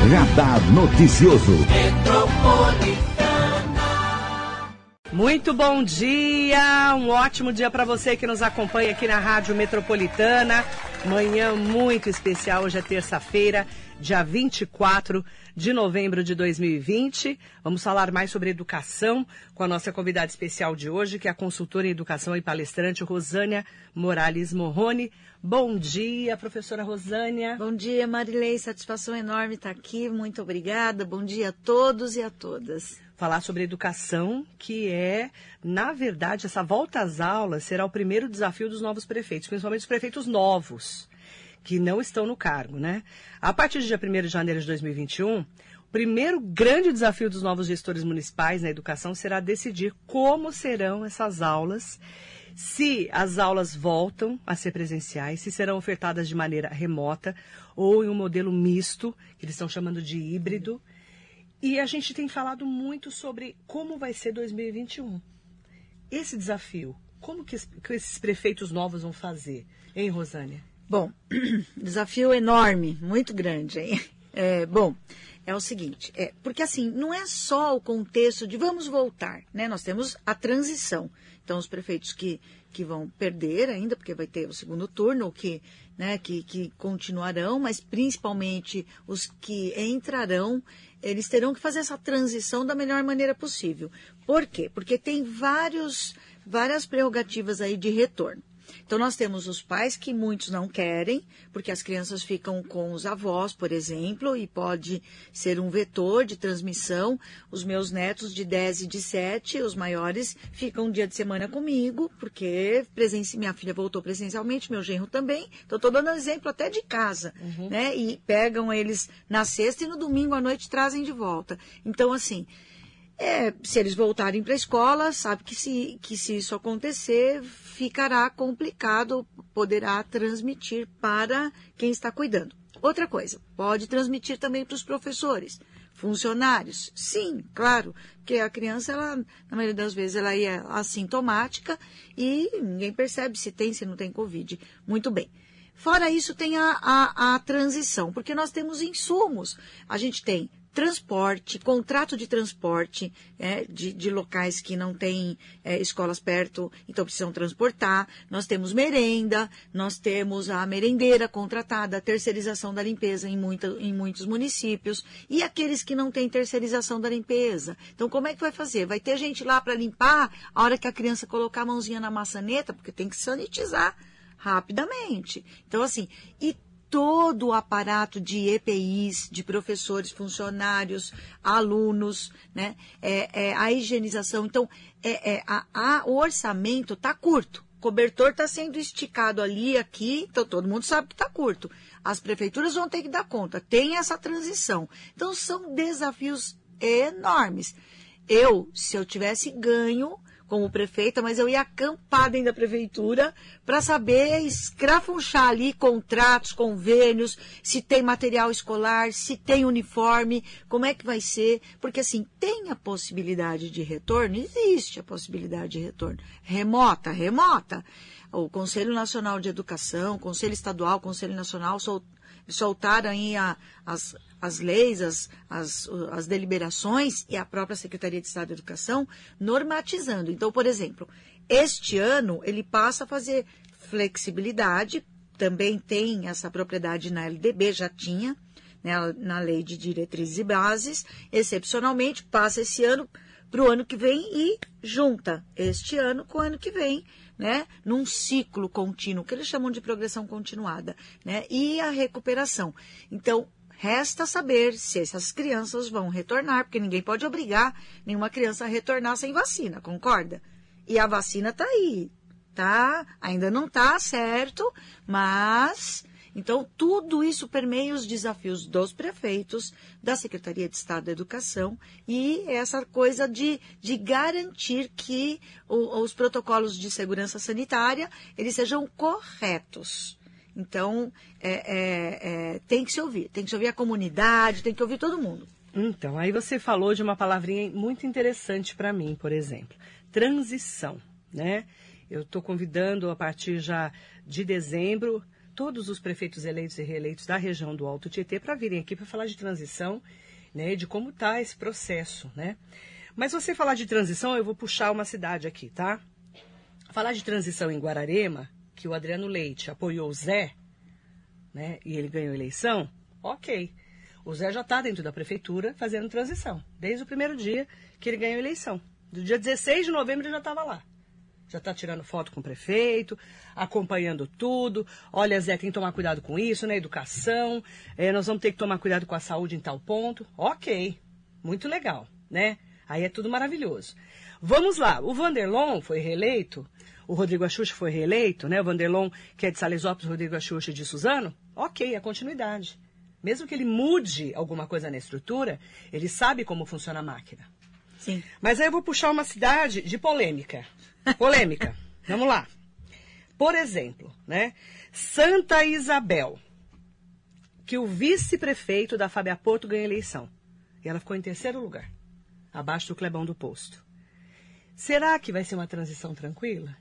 Radar Noticioso. Muito bom dia, um ótimo dia para você que nos acompanha aqui na Rádio Metropolitana. Manhã muito especial, hoje é terça-feira, dia 24 de novembro de 2020. Vamos falar mais sobre educação com a nossa convidada especial de hoje, que é a consultora em educação e palestrante Rosânia Morales Morrone. Bom dia, professora Rosânia. Bom dia, Marilei. Satisfação enorme estar aqui. Muito obrigada. Bom dia a todos e a todas. Falar sobre educação, que é, na verdade, essa volta às aulas será o primeiro desafio dos novos prefeitos, principalmente os prefeitos novos, que não estão no cargo, né? A partir do dia 1º de janeiro de 2021, o primeiro grande desafio dos novos gestores municipais na educação será decidir como serão essas aulas, se as aulas voltam a ser presenciais, se serão ofertadas de maneira remota ou em um modelo misto, que eles estão chamando de híbrido. E a gente tem falado muito sobre como vai ser 2021. Esse desafio, como que esses prefeitos novos vão fazer, hein, Rosânia? Bom, desafio enorme, muito grande, hein? É o seguinte, porque assim, não é só o contexto de vamos voltar, né? Nós temos a transição. Então, os prefeitos que vão perder ainda, porque vai ter o segundo turno, que continuarão, mas principalmente os que entrarão, eles terão que fazer essa transição da melhor maneira possível. Por quê? Porque tem várias prerrogativas aí de retorno. Então, nós temos os pais que muitos não querem, porque as crianças ficam com os avós, por exemplo, e pode ser um vetor de transmissão. Os meus netos de 10 e de 7, os maiores, ficam um dia de semana comigo, porque minha filha voltou presencialmente, meu genro também. Então, estou dando exemplo até de casa, né? E pegam eles na sexta e no domingo à noite trazem de volta. Então, assim... se eles voltarem para a escola, sabe que se isso acontecer, ficará complicado, poderá transmitir para quem está cuidando. Outra coisa, pode transmitir também para os professores, funcionários. Sim, claro, porque a criança, ela, na maioria das vezes, ela é assintomática e ninguém percebe se tem, se não tem Covid. Muito bem. Fora isso, tem a transição, porque nós temos insumos. A gente tem transporte, contrato de transporte de locais que não têm escolas perto, então precisam transportar. Nós temos merenda, nós temos a merendeira contratada, a terceirização da limpeza em muitos municípios. E aqueles que não têm terceirização da limpeza? Então, como é que vai fazer? Vai ter gente lá para limpar a hora que a criança colocar a mãozinha na maçaneta, porque tem que sanitizar rapidamente. Então, assim, e todo o aparato de EPIs, de professores, funcionários, alunos, né? A higienização. Então, o orçamento está curto. O cobertor está sendo esticado ali, aqui, então todo mundo sabe que está curto. As prefeituras vão ter que dar conta. Tem essa transição. Então, são desafios enormes. Se eu tivesse ganho como prefeita, mas eu ia acampar dentro da prefeitura para saber escrafunchar ali contratos, convênios, se tem material escolar, se tem uniforme, como é que vai ser, porque assim, tem a possibilidade de retorno, existe a possibilidade de retorno, remota, o Conselho Nacional de Educação, o Conselho Estadual, o Conselho Nacional soltaram aí as leis, as deliberações e a própria Secretaria de Estado de Educação normatizando. Então, por exemplo, este ano ele passa a fazer flexibilidade, também tem essa propriedade na LDB, já tinha, né, na Lei de Diretrizes e Bases, excepcionalmente passa esse ano para o ano que vem e junta este ano com o ano que vem, né, num ciclo contínuo, que eles chamam de progressão continuada, né, e a recuperação. Então, resta saber se essas crianças vão retornar, porque ninguém pode obrigar nenhuma criança a retornar sem vacina, concorda? E a vacina está aí, tá? Ainda não está certo, mas... Então, tudo isso permeia os desafios dos prefeitos, da Secretaria de Estado da Educação e essa coisa de garantir que os protocolos de segurança sanitária eles sejam corretos. Então, tem que se ouvir a comunidade, tem que ouvir todo mundo. Então, aí você falou de uma palavrinha muito interessante para mim, por exemplo, transição, né? Eu estou convidando a partir já de dezembro todos os prefeitos eleitos e reeleitos da região do Alto Tietê para virem aqui para falar de transição, né, de como está esse processo, né? Mas você falar de transição, eu vou puxar uma cidade aqui, tá? Falar de transição em Guararema, que o Adriano Leite apoiou o Zé, né, e ele ganhou a eleição, ok. O Zé já está dentro da prefeitura fazendo transição, desde o primeiro dia que ele ganhou a eleição. Do dia 16 de novembro ele já estava lá. Já está tirando foto com o prefeito, acompanhando tudo. Olha, Zé, tem que tomar cuidado com isso, né? Educação. Nós vamos ter que tomar cuidado com a saúde em tal ponto. Ok, muito legal, né? Aí é tudo maravilhoso. Vamos lá, o Vanderlon foi reeleito, o Rodrigo Axuxa foi reeleito, né? O Vanderlon, que é de Salesópolis, o Rodrigo Axuxa de Suzano. Ok, é continuidade. Mesmo que ele mude alguma coisa na estrutura, ele sabe como funciona a máquina. Sim. Mas aí eu vou puxar uma cidade de polêmica. Polêmica. Vamos lá. Por exemplo, né? Santa Isabel, que o vice-prefeito da Fábia Porto ganhou a eleição. E ela ficou em terceiro lugar, abaixo do Clebão do Posto. Será que vai ser uma transição tranquila?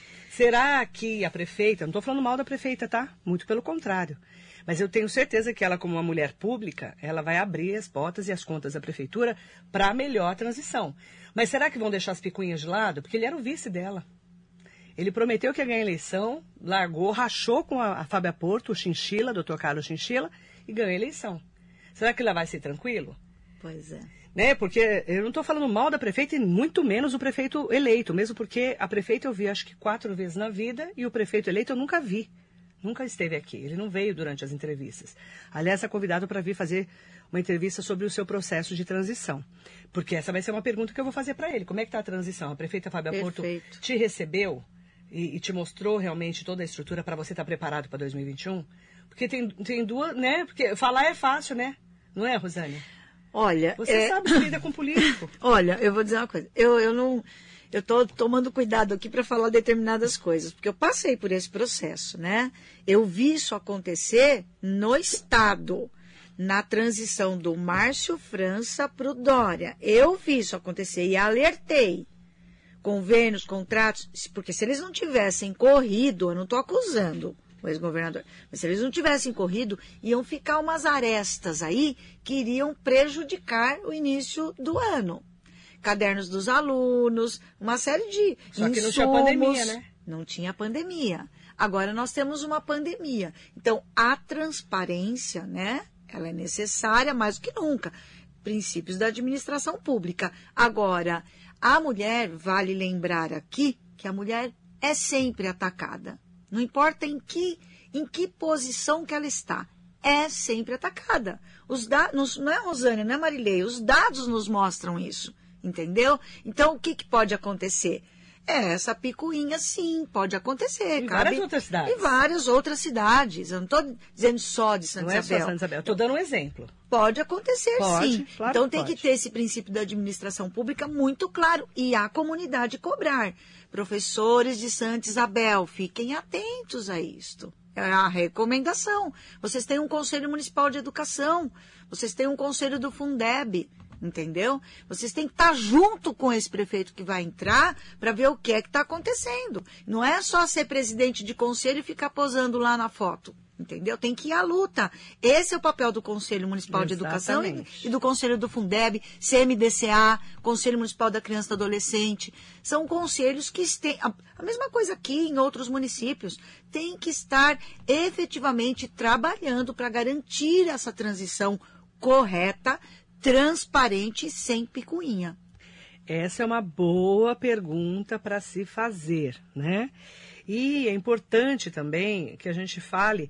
Será que a prefeita, não estou falando mal da prefeita, tá? Muito pelo contrário. Mas eu tenho certeza que ela, como uma mulher pública, ela vai abrir as portas e as contas da prefeitura para a melhor transição. Mas será que vão deixar as picuinhas de lado? Porque ele era o vice dela. Ele prometeu que ia ganhar a eleição, largou, rachou com a Fábia Porto, o Chinchila, o doutor Carlos Chinchila, e ganhou a eleição. Será que ela vai ser tranquilo? Pois é. Né? Porque eu não estou falando mal da prefeita e muito menos o prefeito eleito, mesmo porque a prefeita eu vi acho que 4 vezes na vida e o prefeito eleito eu nunca vi. Nunca esteve aqui, ele não veio durante as entrevistas. Aliás, é convidado para vir fazer uma entrevista sobre o seu processo de transição. Porque essa vai ser uma pergunta que eu vou fazer para ele. Como é que está a transição? A prefeita Fábia Porto te recebeu e te mostrou realmente toda a estrutura para você estar preparado para 2021? Porque tem duas, né? Porque falar é fácil, né? Não é, Rosânia? Olha... Você sabe que lida com político. Olha, eu vou dizer uma coisa. Eu estou tomando cuidado aqui para falar determinadas coisas, porque eu passei por esse processo, né? Eu vi isso acontecer no Estado, na transição do Márcio França para o Dória. Eu vi isso acontecer e alertei. Convênios, contratos, porque se eles não tivessem corrido, eu não estou acusando o ex-governador, mas se eles não tivessem corrido, iam ficar umas arestas aí que iriam prejudicar o início do ano. Cadernos dos alunos, uma série de Só que insumos. não tinha pandemia, né? Não tinha pandemia. Agora nós temos uma pandemia. Então, a transparência, né? Ela é necessária mais do que nunca. Princípios da administração pública. Agora, a mulher, vale lembrar aqui, que a mulher é sempre atacada. Não importa em que posição que ela está. É sempre atacada. Os dados, não é Rosânia, não é Marilei, os dados nos mostram isso. Entendeu? Então, o que pode acontecer? Essa picuinha, sim, pode acontecer. Em várias outras cidades. Em várias outras cidades. Eu não estou dizendo só de Santa Isabel. Não é só Santa Isabel. Estou dando um exemplo. Pode acontecer, pode, sim. Claro então, que tem pode. que ter esse princípio da administração pública muito claro. E a comunidade cobrar. Professores de Santa Isabel, fiquem atentos a isto. É a recomendação. Vocês têm um Conselho Municipal de Educação. Vocês têm um Conselho do Fundeb. Entendeu? Vocês têm que estar junto com esse prefeito que vai entrar para ver o que é que está acontecendo. Não é só ser presidente de conselho e ficar posando lá na foto. Entendeu? Tem que ir à luta. Esse é o papel do Conselho Municipal de Educação e do Conselho do Fundeb, CMDCA, Conselho Municipal da Criança e do Adolescente. São conselhos que têm... A mesma coisa aqui em outros municípios. Tem que estar efetivamente trabalhando para garantir essa transição correta, transparente e sem picuinha. Essa é uma boa pergunta para se fazer, né? E é importante também que a gente fale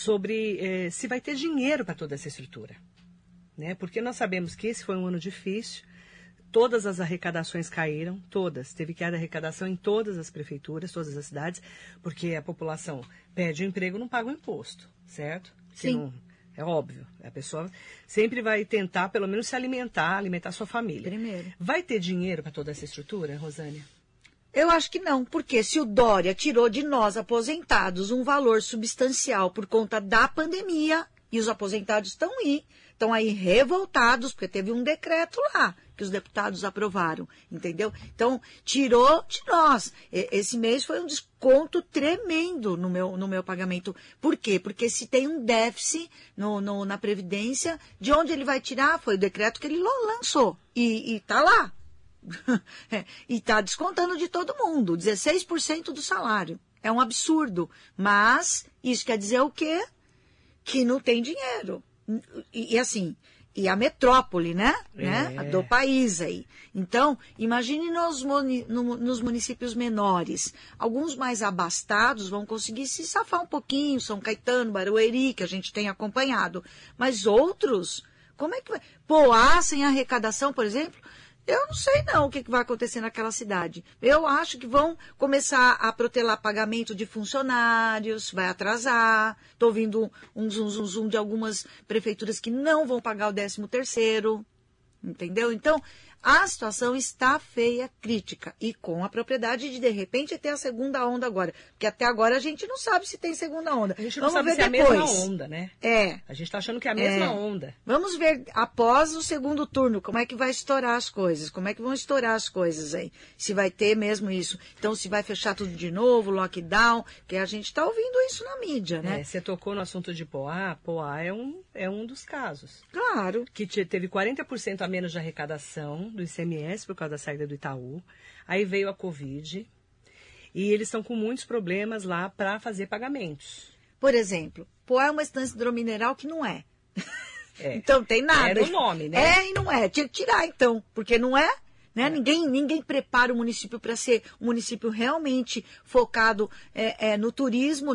sobre se vai ter dinheiro para toda essa estrutura, né? Porque nós sabemos que esse foi um ano difícil, todas as arrecadações caíram, todas. Teve queda de arrecadação em todas as prefeituras, todas as cidades, porque a população pede um emprego e não paga o imposto, certo? Sim. É óbvio, a pessoa sempre vai tentar, pelo menos, se alimentar sua família. Primeiro. Vai ter dinheiro para toda essa estrutura, Rosânia? Eu acho que não, porque se o Dória tirou de nós aposentados um valor substancial por conta da pandemia, e os aposentados estão estão aí revoltados, porque teve um decreto lá que os deputados aprovaram, entendeu? Então, tirou de nós. Esse mês foi um desconto tremendo no meu pagamento. Por quê? Porque se tem um déficit na Previdência, de onde ele vai tirar? Foi o decreto que ele lançou. E está lá. E está descontando de todo mundo, 16% do salário. É um absurdo. Mas isso quer dizer o quê? Que não tem dinheiro. E assim... E a metrópole, né? Do país aí. Então, imagine nos municípios menores. Alguns mais abastados vão conseguir se safar um pouquinho, São Caetano, Barueri, que a gente tem acompanhado. Mas outros, como é que vai? Poá sem arrecadação, por exemplo? Eu não sei não o que vai acontecer naquela cidade. Eu acho que vão começar a protelar pagamento de funcionários, vai atrasar. Estou ouvindo um zum de algumas prefeituras que não vão pagar o 13º, entendeu? Então, a situação está feia, crítica. E com a propriedade de repente, ter a segunda onda agora. Porque até agora a gente não sabe se tem segunda onda. A gente não sabe se é a mesma onda, né? A gente está achando que é a mesma onda. Vamos ver, após o segundo turno, como é que vai estourar as coisas. Como é que vão estourar as coisas aí. Se vai ter mesmo isso. Então, se vai fechar tudo de novo, lockdown. Porque a gente está ouvindo isso na mídia, né? Você tocou no assunto de Poá. Poá é um dos casos. Claro. Que teve 40% a menos de arrecadação do ICMS por causa da saída do Itaú. Aí veio a Covid e eles estão com muitos problemas lá para fazer pagamentos. Por exemplo, Poá é uma estância hidromineral que não é. Então tem nada. Era o nome, né? E não é. Tinha que tirar então, porque não é. Né? Ninguém prepara o município para ser um município realmente focado no turismo,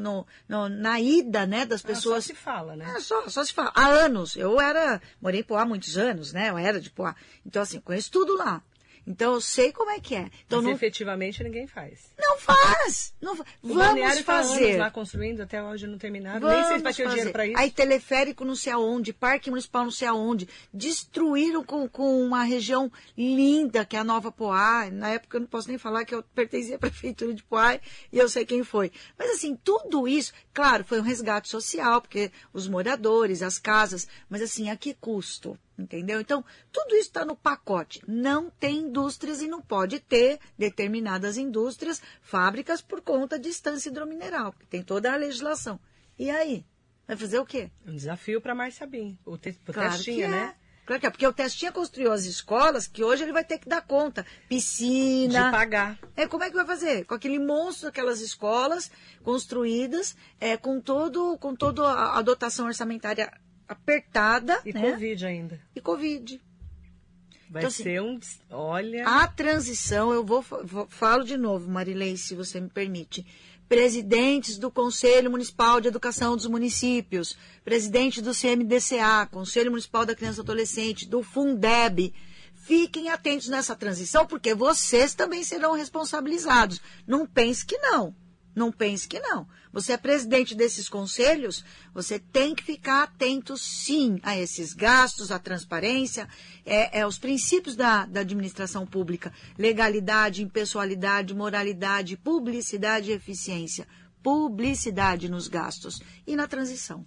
na ida, né, das pessoas. Só se fala, né? Só se fala. Há anos. Morei em Poá há muitos anos, né? Eu era de Poá. Então, assim, conheço tudo lá. Então, eu sei como é que é. Então, mas efetivamente ninguém faz. Não faz! Vamos fazer. Anos lá construindo, até hoje não terminaram. Nem sei se vai ter dinheiro para isso. Aí teleférico não sei aonde, parque municipal não sei aonde. Destruíram com uma região linda, que é a Nova Poá. Na época eu não posso nem falar que eu pertencia à prefeitura de Poá e eu sei quem foi. Mas assim, tudo isso, claro, foi um resgate social, porque os moradores, as casas, mas assim, a que custo? Entendeu? Então, tudo isso está no pacote. Não tem indústrias e não pode ter determinadas indústrias, fábricas, por conta de estância hidromineral, porque tem toda a legislação. E aí? Vai fazer o quê? Um desafio para Márcia Bin. O claro Testinha, né? Claro que é, porque o Testinha construiu as escolas que hoje ele vai ter que dar conta. Piscina. De pagar. Como é que vai fazer? Com aquele monstro daquelas escolas construídas, com toda a dotação orçamentária apertada. E né? Covid ainda. E Covid. Vai então, ser Olha... A transição, falo de novo, Marilei, se você me permite. Presidentes do Conselho Municipal de Educação dos Municípios, presidente do CMDCA, Conselho Municipal da Criança e Adolescente, do Fundeb, fiquem atentos nessa transição, porque vocês também serão responsabilizados. Não pense que não. Não pense que não. Você é presidente desses conselhos, você tem que ficar atento, sim, a esses gastos, à transparência, aos princípios da administração pública. Legalidade, impessoalidade, moralidade, publicidade e eficiência. Publicidade nos gastos e na transição.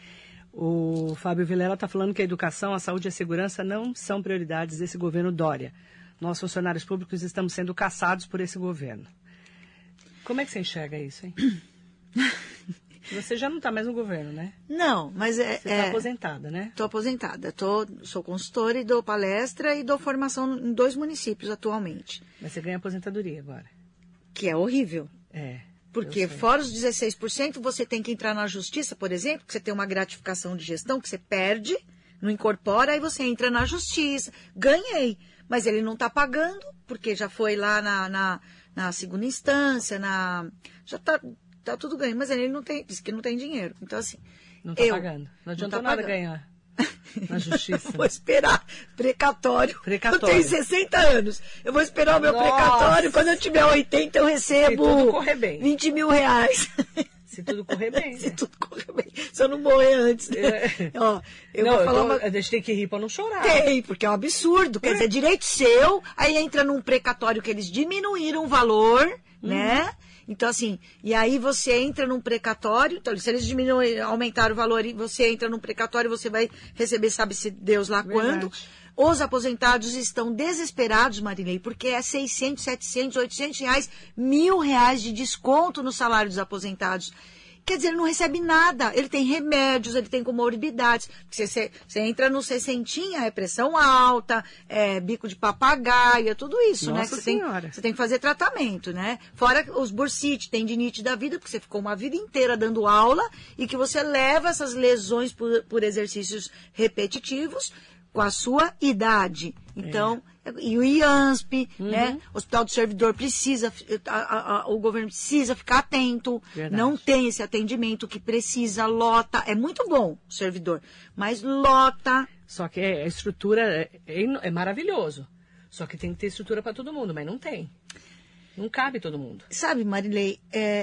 O Fábio Vilela está falando que a educação, a saúde e a segurança não são prioridades desse governo Dória. Nós, funcionários públicos, estamos sendo caçados por esse governo. Como é que você enxerga isso, hein? Você já não está mais no governo, né? Não, mas Você está aposentada, né? Estou aposentada. Sou consultora e dou palestra e dou formação em 2 municípios atualmente. Mas você ganha aposentadoria agora. Que é horrível. Porque fora os 16%, você tem que entrar na justiça, por exemplo, que você tem uma gratificação de gestão que você perde, não incorpora, aí você entra na justiça. Ganhei, mas ele não está pagando, porque já foi lá na segunda instância, já tá tudo ganho, mas ele não tem, diz que não tem dinheiro. Então, assim. Não está pagando. Não adiantou nada ganhar na justiça. Vou esperar. Precatório. Eu tenho 60 anos. Eu vou esperar o meu precatório. Quando eu tiver 80, eu recebo se tudo correr bem. 20 mil reais. Se tudo correr bem. Se tudo correr bem. Se eu não morrer antes. Né? Ó, vou falar a gente tem que rir para não chorar. Tem, porque é um absurdo. Quer dizer, direito seu, aí entra num precatório que eles diminuíram o valor, né? Então, assim, e aí você entra num precatório, então, se eles diminuem, aumentaram o valor e você entra num precatório, você vai receber, sabe-se Deus lá quando. Os aposentados estão desesperados, Marilei, porque é 600, 700, 800 reais, R$1.000 de desconto no salário dos aposentados. Quer dizer, ele não recebe nada. Ele tem remédios, ele tem comorbidades. Você entra no 60, é pressão alta, é bico de papagaio, é tudo isso, Nossa, né? Senhora. Você tem que fazer tratamento, né? Fora os bursite, tendinite da vida, porque você ficou uma vida inteira dando aula e que você leva essas lesões por exercícios repetitivos com a sua idade. Então, e o IANSP, né? O Hospital do Servidor precisa, o governo precisa ficar atento. Verdade. Não tem esse atendimento que precisa, lota. É muito bom o servidor, mas lota. Só que a estrutura é maravilhoso. Só que tem que ter estrutura para todo mundo, mas não tem. Não cabe todo mundo. Sabe, Marilei,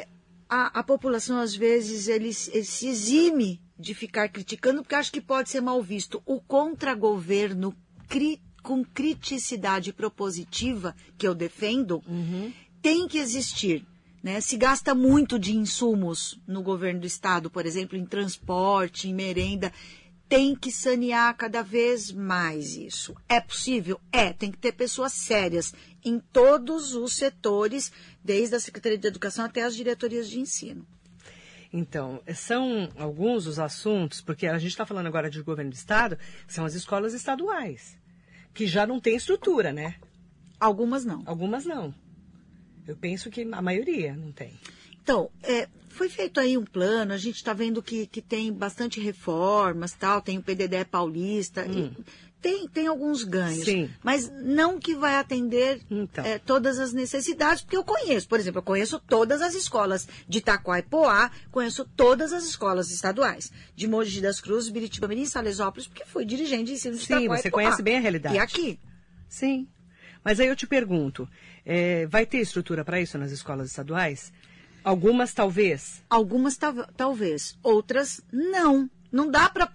a população, às vezes, ele se exime de ficar criticando, porque acho que pode ser mal visto. O contra-governo com criticidade propositiva, que eu defendo, tem que existir. Né? Se gasta muito de insumos no governo do estado, por exemplo, em transporte, em merenda. Tem que sanear cada vez mais isso. É possível? Tem que ter pessoas sérias em todos os setores, desde a Secretaria de Educação até as diretorias de ensino. Então, são alguns os assuntos, porque a gente está falando agora de governo do estado, são as escolas estaduais, que já não tem estrutura, né? Algumas não. Algumas não. Eu penso que a maioria não tem. Então, foi feito aí um plano, a gente está vendo que tem bastante reformas, tal, tem o PDD paulista, tem alguns ganhos. Sim. Mas não que vai atender todas as necessidades, porque eu conheço, por exemplo, eu conheço todas as escolas de Itaquá-Poá, conheço todas as escolas estaduais, de Mogi das Cruzes, Biritiba Mirim, Salesópolis, porque fui dirigente de ensino de Itaquá-Poá. Sim, você conhece bem a realidade. E aqui. Sim. Mas aí eu te pergunto, vai ter estrutura para isso nas escolas estaduais? Algumas talvez? Algumas talvez, outras não. Não dá para...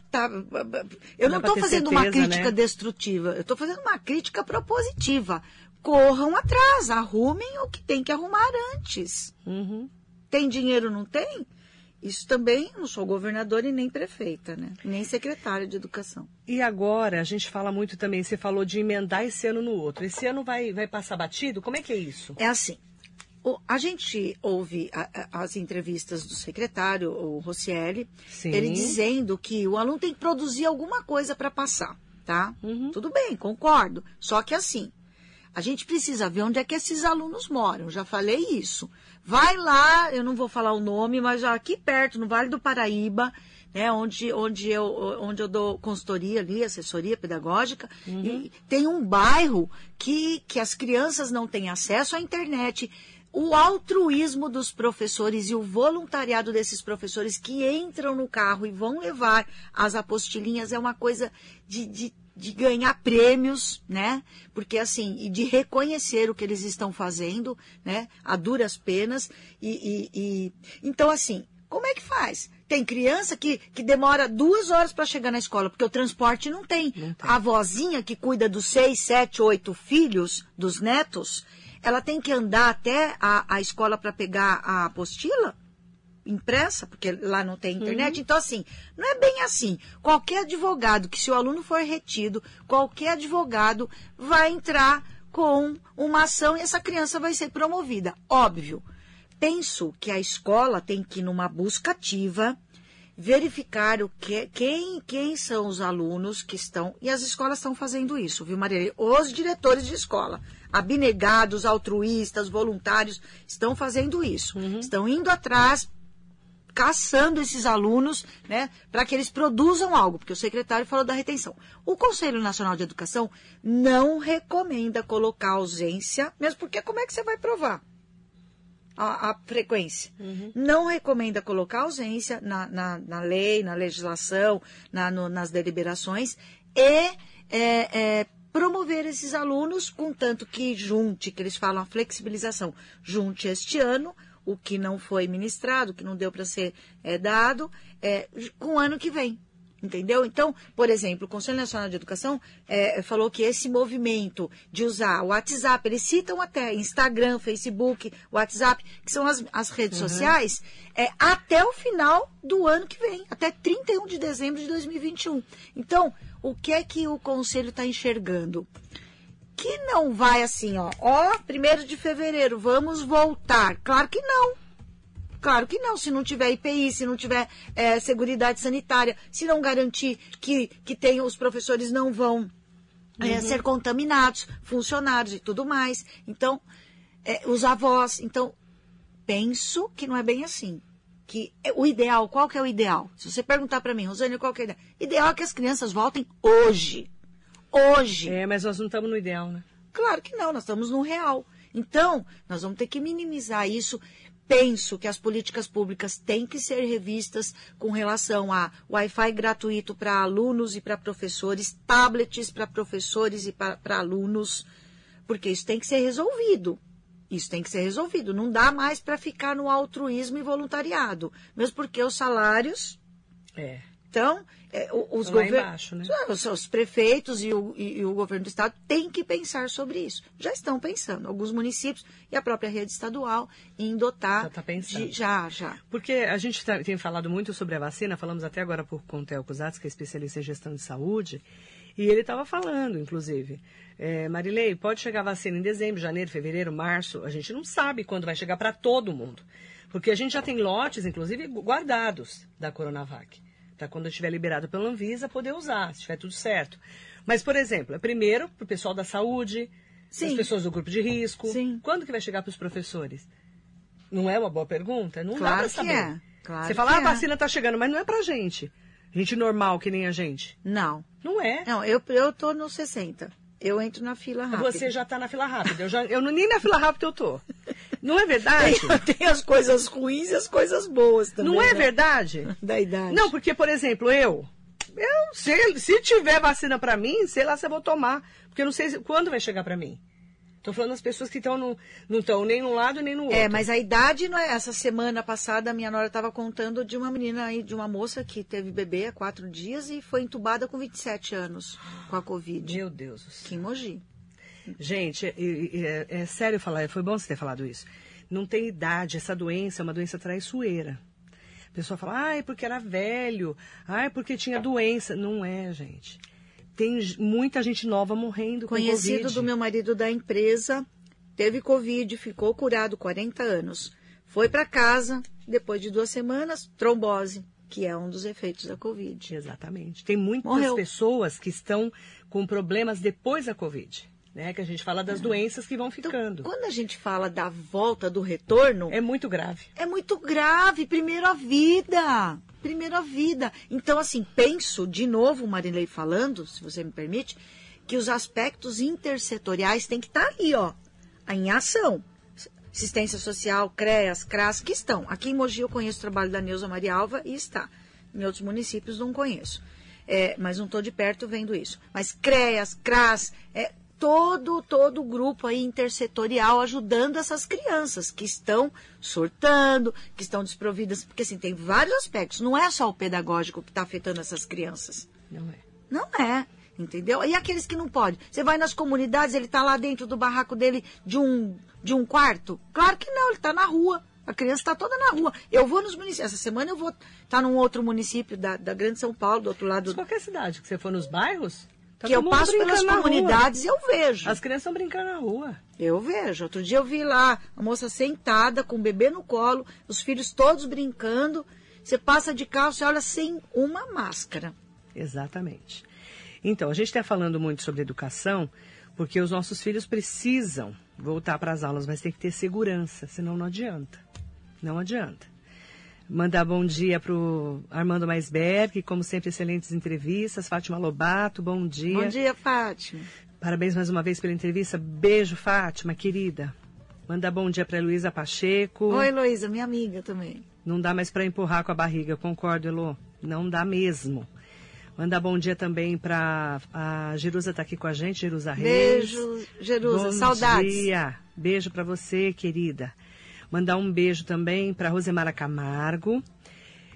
Eu não estou fazendo uma crítica destrutiva, eu estou fazendo uma crítica propositiva. Corram atrás, arrumem o que tem que arrumar antes. Tem dinheiro, não tem? Isso também, não sou governadora e nem prefeita, né? Nem secretária de educação. E agora, a gente fala muito também, você falou de emendar esse ano no outro. Esse ano vai passar batido? Como é que é isso? É assim. A gente ouve as entrevistas do secretário, o Rocieli, ele dizendo que o aluno tem que produzir alguma coisa para passar, tá? Tudo bem, concordo. Só que assim, a gente precisa ver onde é que esses alunos moram. Já falei isso. Vai lá, eu não vou falar o nome, mas já aqui perto, no Vale do Paraíba, né, onde eu dou consultoria ali, assessoria pedagógica, e tem um bairro que as crianças não têm acesso à internet. O altruísmo dos professores e o voluntariado desses professores que entram no carro e vão levar as apostilinhas é uma coisa de ganhar prêmios, né? Porque assim, e de reconhecer o que eles estão fazendo, né? A duras penas. Então, assim, como é que faz? Tem criança que demora 2 horas para chegar na escola, porque o transporte não tem. A avózinha que cuida dos 6, 7, 8 filhos, dos netos, ela tem que andar até a escola para pegar a apostila impressa, porque lá não tem internet. Então, assim, não é bem assim. Qualquer advogado, que se o aluno for retido, qualquer advogado vai entrar com uma ação e essa criança vai ser promovida. Óbvio. Penso que a escola tem que ir numa busca ativa, verificar quem são os alunos que estão... E as escolas estão fazendo isso, viu, Maria? Os diretores de escola, abnegados, altruístas, voluntários, estão fazendo isso. Estão indo atrás, caçando esses alunos, né, para que eles produzam algo, porque o secretário falou da retenção. O Conselho Nacional de Educação não recomenda colocar ausência, mesmo porque como é que você vai provar a frequência? Não recomenda colocar ausência na lei, na legislação, nas deliberações e promover esses alunos, contanto que junte, que eles falam a flexibilização, junte este ano o que não foi ministrado, o que não deu para ser dado, com o ano que vem. Entendeu? Então, por exemplo, o Conselho Nacional de Educação falou que esse movimento de usar o WhatsApp, eles citam até Instagram, Facebook, WhatsApp, que são as redes sociais, até o final do ano que vem, até 31 de dezembro de 2021. Então, o que é que o Conselho está enxergando? Que não vai assim, ó, 1º de fevereiro, vamos voltar. Claro que não. Claro que não, se não tiver IPI, se não tiver seguridade sanitária, se não garantir que os professores não vão ser contaminados, funcionários e tudo mais. Então, os avós. Então, penso que não é bem assim. Que o ideal, qual que é o ideal? Se você perguntar para mim, Rosânia, qual que é o ideal? Ideal é que as crianças voltem hoje. Hoje. Mas nós não estamos no ideal, né? Claro que não, nós estamos no real. Então, nós vamos ter que minimizar isso. Penso que as políticas públicas têm que ser revistas com relação a Wi-Fi gratuito para alunos e para professores, tablets para professores e para alunos, porque isso tem que ser resolvido. Isso tem que ser resolvido. Não dá mais para ficar no altruísmo e voluntariado, mesmo porque os salários... Então, os governos, né? Os prefeitos e o governo do estado têm que pensar sobre isso. Já estão pensando, alguns municípios e a própria rede estadual em dotar. Já está pensando. Já. Porque a gente tem falado muito sobre a vacina, falamos até agora com o Theo Cusatz, que é especialista em gestão de saúde, e ele estava falando, inclusive, Marilei, pode chegar a vacina em dezembro, janeiro, fevereiro, março, a gente não sabe quando vai chegar para todo mundo. Porque a gente já tem lotes, inclusive, guardados da Coronavac. Para quando estiver liberado pela Anvisa, poder usar, se estiver tudo certo. Mas, por exemplo, primeiro para o pessoal da saúde, as pessoas do grupo de risco. Sim. Quando que vai chegar para os professores? Não é uma boa pergunta? Não claro dá para saber. Claro você fala, a vacina está chegando, mas não é para gente. Gente normal, que nem a gente. Não. Não é. Não, eu tô nos 60. Eu entro na fila rápida. Você já está na fila rápida. Nem na fila rápida eu tô. Não é verdade? Tem as coisas ruins e as coisas boas também. Não é né? verdade? Da idade. Não, porque, por exemplo, eu se tiver vacina para mim, sei lá se eu vou tomar. Porque eu não sei quando vai chegar para mim. Estou falando das pessoas que não estão nem num lado nem no outro. Mas a idade não é. Essa semana passada, a minha nora estava contando de uma menina aí, de uma moça que teve bebê há 4 dias e foi entubada com 27 anos com a Covid. Meu Deus do céu. Que em Mogi. Gente, é sério falar, foi bom você ter falado isso. Não tem idade, essa doença é uma doença traiçoeira. A pessoa fala, porque era velho, porque tinha doença. Não é, gente. Tem muita gente nova morrendo com Covid. Conhecido do meu marido da empresa, teve Covid, ficou curado, 40 anos. Foi para casa, depois de 2 semanas, trombose, que é um dos efeitos da Covid. Exatamente. Tem muitas pessoas que estão com problemas depois da Covid. Né, que a gente fala das doenças que vão ficando. Então, quando a gente fala da volta, do retorno... É muito grave. É muito grave. Primeiro a vida. Primeiro a vida. Então, assim, penso, de novo, Marilei falando, se você me permite, que os aspectos intersetoriais têm que estar ali, ó, em ação. Assistência social, CREAS, CRAS, que estão. Aqui em Mogi eu conheço o trabalho da Neuza Maria Alva e está. Em outros municípios não conheço. Mas não estou de perto vendo isso. Mas CREAS, CRAS... todo o grupo aí intersetorial ajudando essas crianças que estão surtando, que estão desprovidas, porque assim, tem vários aspectos, não é só o pedagógico que está afetando essas crianças. Não é, entendeu? E aqueles que não podem? Você vai nas comunidades, ele está lá dentro do barraco dele de um quarto? Claro que não, ele está na rua. A criança está toda na rua. Eu vou nos municípios. Essa semana eu vou estar num outro município da Grande São Paulo, do outro lado. Mas qualquer cidade que você for nos bairros... que eu passo pelas comunidades e eu vejo. As crianças estão brincando na rua. Eu vejo. Outro dia eu vi lá a moça sentada com o bebê no colo, os filhos todos brincando. Você passa de carro, você olha sem uma máscara. Exatamente. Então, a gente está falando muito sobre educação, porque os nossos filhos precisam voltar para as aulas, mas tem que ter segurança, senão não adianta. Não adianta. Mandar bom dia para o Armando Maisberg, como sempre, excelentes entrevistas. Fátima Lobato, bom dia. Bom dia, Fátima. Parabéns mais uma vez pela entrevista. Beijo, Fátima, querida. Mandar bom dia para a Heloísa Pacheco. Oi, Heloísa, minha amiga também. Não dá mais para empurrar com a barriga, concordo, Elô. Não dá mesmo. Mandar bom dia também para a Jerusa, tá aqui com a gente, Jerusa Reis. Beijo, Jerusa, bom saudades. Bom dia. Beijo para você, querida. Mandar um beijo também para Rosemara Camargo.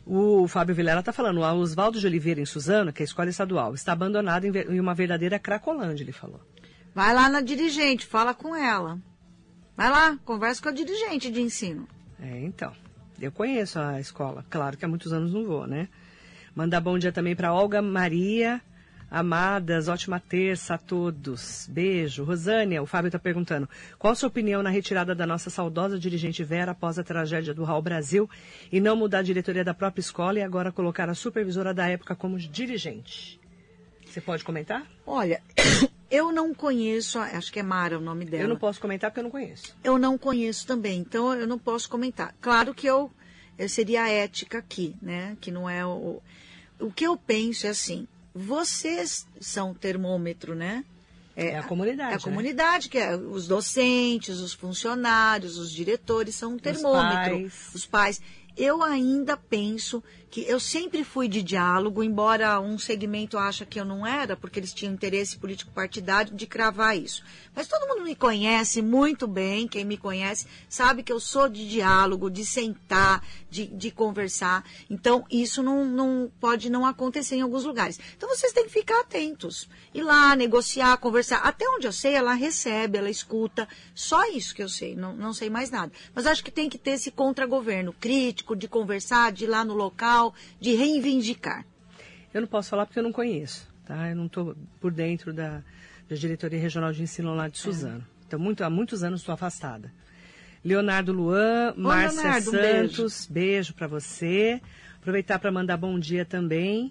O Fábio Vilela está falando, o Oswaldo de Oliveira, em Suzano, que é a escola estadual, está abandonado em uma verdadeira cracolândia, ele falou. Vai lá na dirigente, fala com ela. Vai lá, conversa com a dirigente de ensino. Então, eu conheço a escola, claro que há muitos anos não vou, né? Mandar bom dia também para Olga Maria, amadas, ótima terça a todos. Beijo. Rosânia, o Fábio está perguntando, qual a sua opinião na retirada da nossa saudosa dirigente Vera após a tragédia do Raul Brasil e não mudar a diretoria da própria escola e agora colocar a supervisora da época como dirigente? Você pode comentar? Olha, eu não conheço, acho que é Mara o nome dela. Eu não posso comentar porque eu não conheço. Eu não conheço também, então eu não posso comentar. Claro que eu seria a ética aqui, né? Que não é o que eu penso é assim, vocês são o termômetro, né? É a comunidade. É a comunidade, que é os docentes, os funcionários, os diretores são um termômetro. Os pais. Eu ainda penso que eu sempre fui de diálogo, embora um segmento acha que eu não era, porque eles tinham interesse político-partidário de cravar isso. Mas todo mundo me conhece muito bem, quem me conhece sabe que eu sou de diálogo, de sentar, de conversar. Então, isso não pode não acontecer em alguns lugares. Então, vocês têm que ficar atentos. Ir lá, negociar, conversar. Até onde eu sei, ela recebe, ela escuta. Só isso que eu sei, não sei mais nada. Mas acho que tem que ter esse contra-governo crítico, de conversar, de ir lá no local, de reivindicar. Eu não posso falar porque eu não conheço, tá? Eu não estou por dentro da diretoria regional de ensino lá de Suzano. Então, há muitos anos estou afastada. Leonardo Luan, Márcia Leonardo, Santos, beijo para você. Aproveitar para mandar bom dia também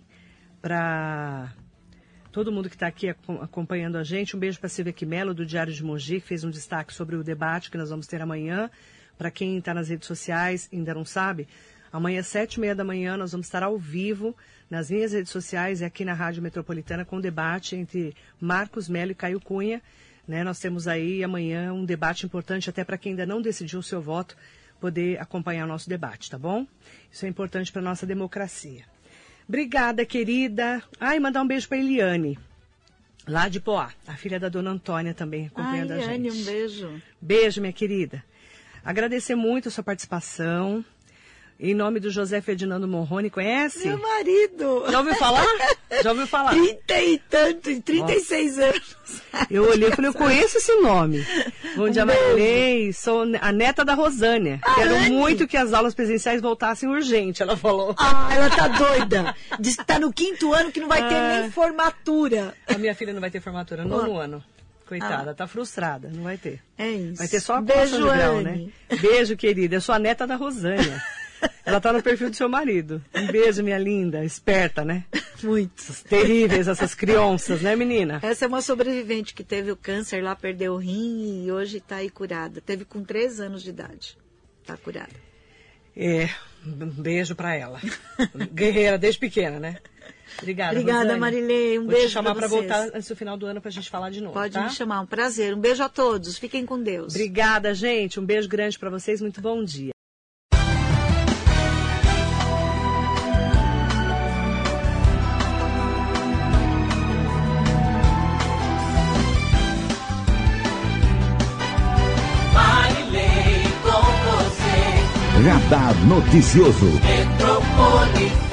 para todo mundo que está aqui acompanhando a gente. Um beijo para Silvia Quimelo, do Diário de Mogi, que fez um destaque sobre o debate que nós vamos ter amanhã. Para quem está nas redes sociais e ainda não sabe, amanhã às 7h30 da manhã nós vamos estar ao vivo nas minhas redes sociais e aqui na Rádio Metropolitana com o debate entre Marcos Melo e Caio Cunha. Né? Nós temos aí amanhã um debate importante até para quem ainda não decidiu o seu voto poder acompanhar o nosso debate, tá bom? Isso é importante para a nossa democracia. Obrigada, querida. Mandar um beijo para Eliane, lá de Poá, a filha da dona Antônia também acompanhando a gente. Eliane, um beijo. Beijo, minha querida. Agradecer muito a sua participação. Em nome do José Ferdinando Morrone, conhece? Meu marido. Já ouviu falar? Já ouviu falar? 36 anos. Eu olhei e falei, eu conheço esse nome. Bom dia, Marilei. Sou a neta da Rosânia. Quero muito que as aulas presenciais voltassem urgente, ela falou. Ela tá doida. Diz que tá no 5º ano que não vai ter nem formatura. A minha filha não vai ter formatura no ano. Coitada, tá frustrada, não vai ter. É isso. Vai ter só a beijo, de grau, né? Beijo, querida. Eu sou a neta da Rosânia. Ela tá no perfil do seu marido. Um beijo, minha linda. Esperta, né? Muito. Terríveis essas crianças, né, menina? Essa é uma sobrevivente que teve o câncer lá, perdeu o rim e hoje tá aí curada. Teve com 3 anos de idade. Tá curada. Um beijo pra ela. Guerreira desde pequena, né? Obrigada, Rosânia. Marilei. Vou Beijo te chamar pra voltar antes do final do ano pra gente falar de novo, Pode tá? me chamar, um prazer. Um beijo a todos. Fiquem com Deus. Obrigada, gente. Um beijo grande pra vocês. Muito bom dia. Radar Noticioso. Metropolitana.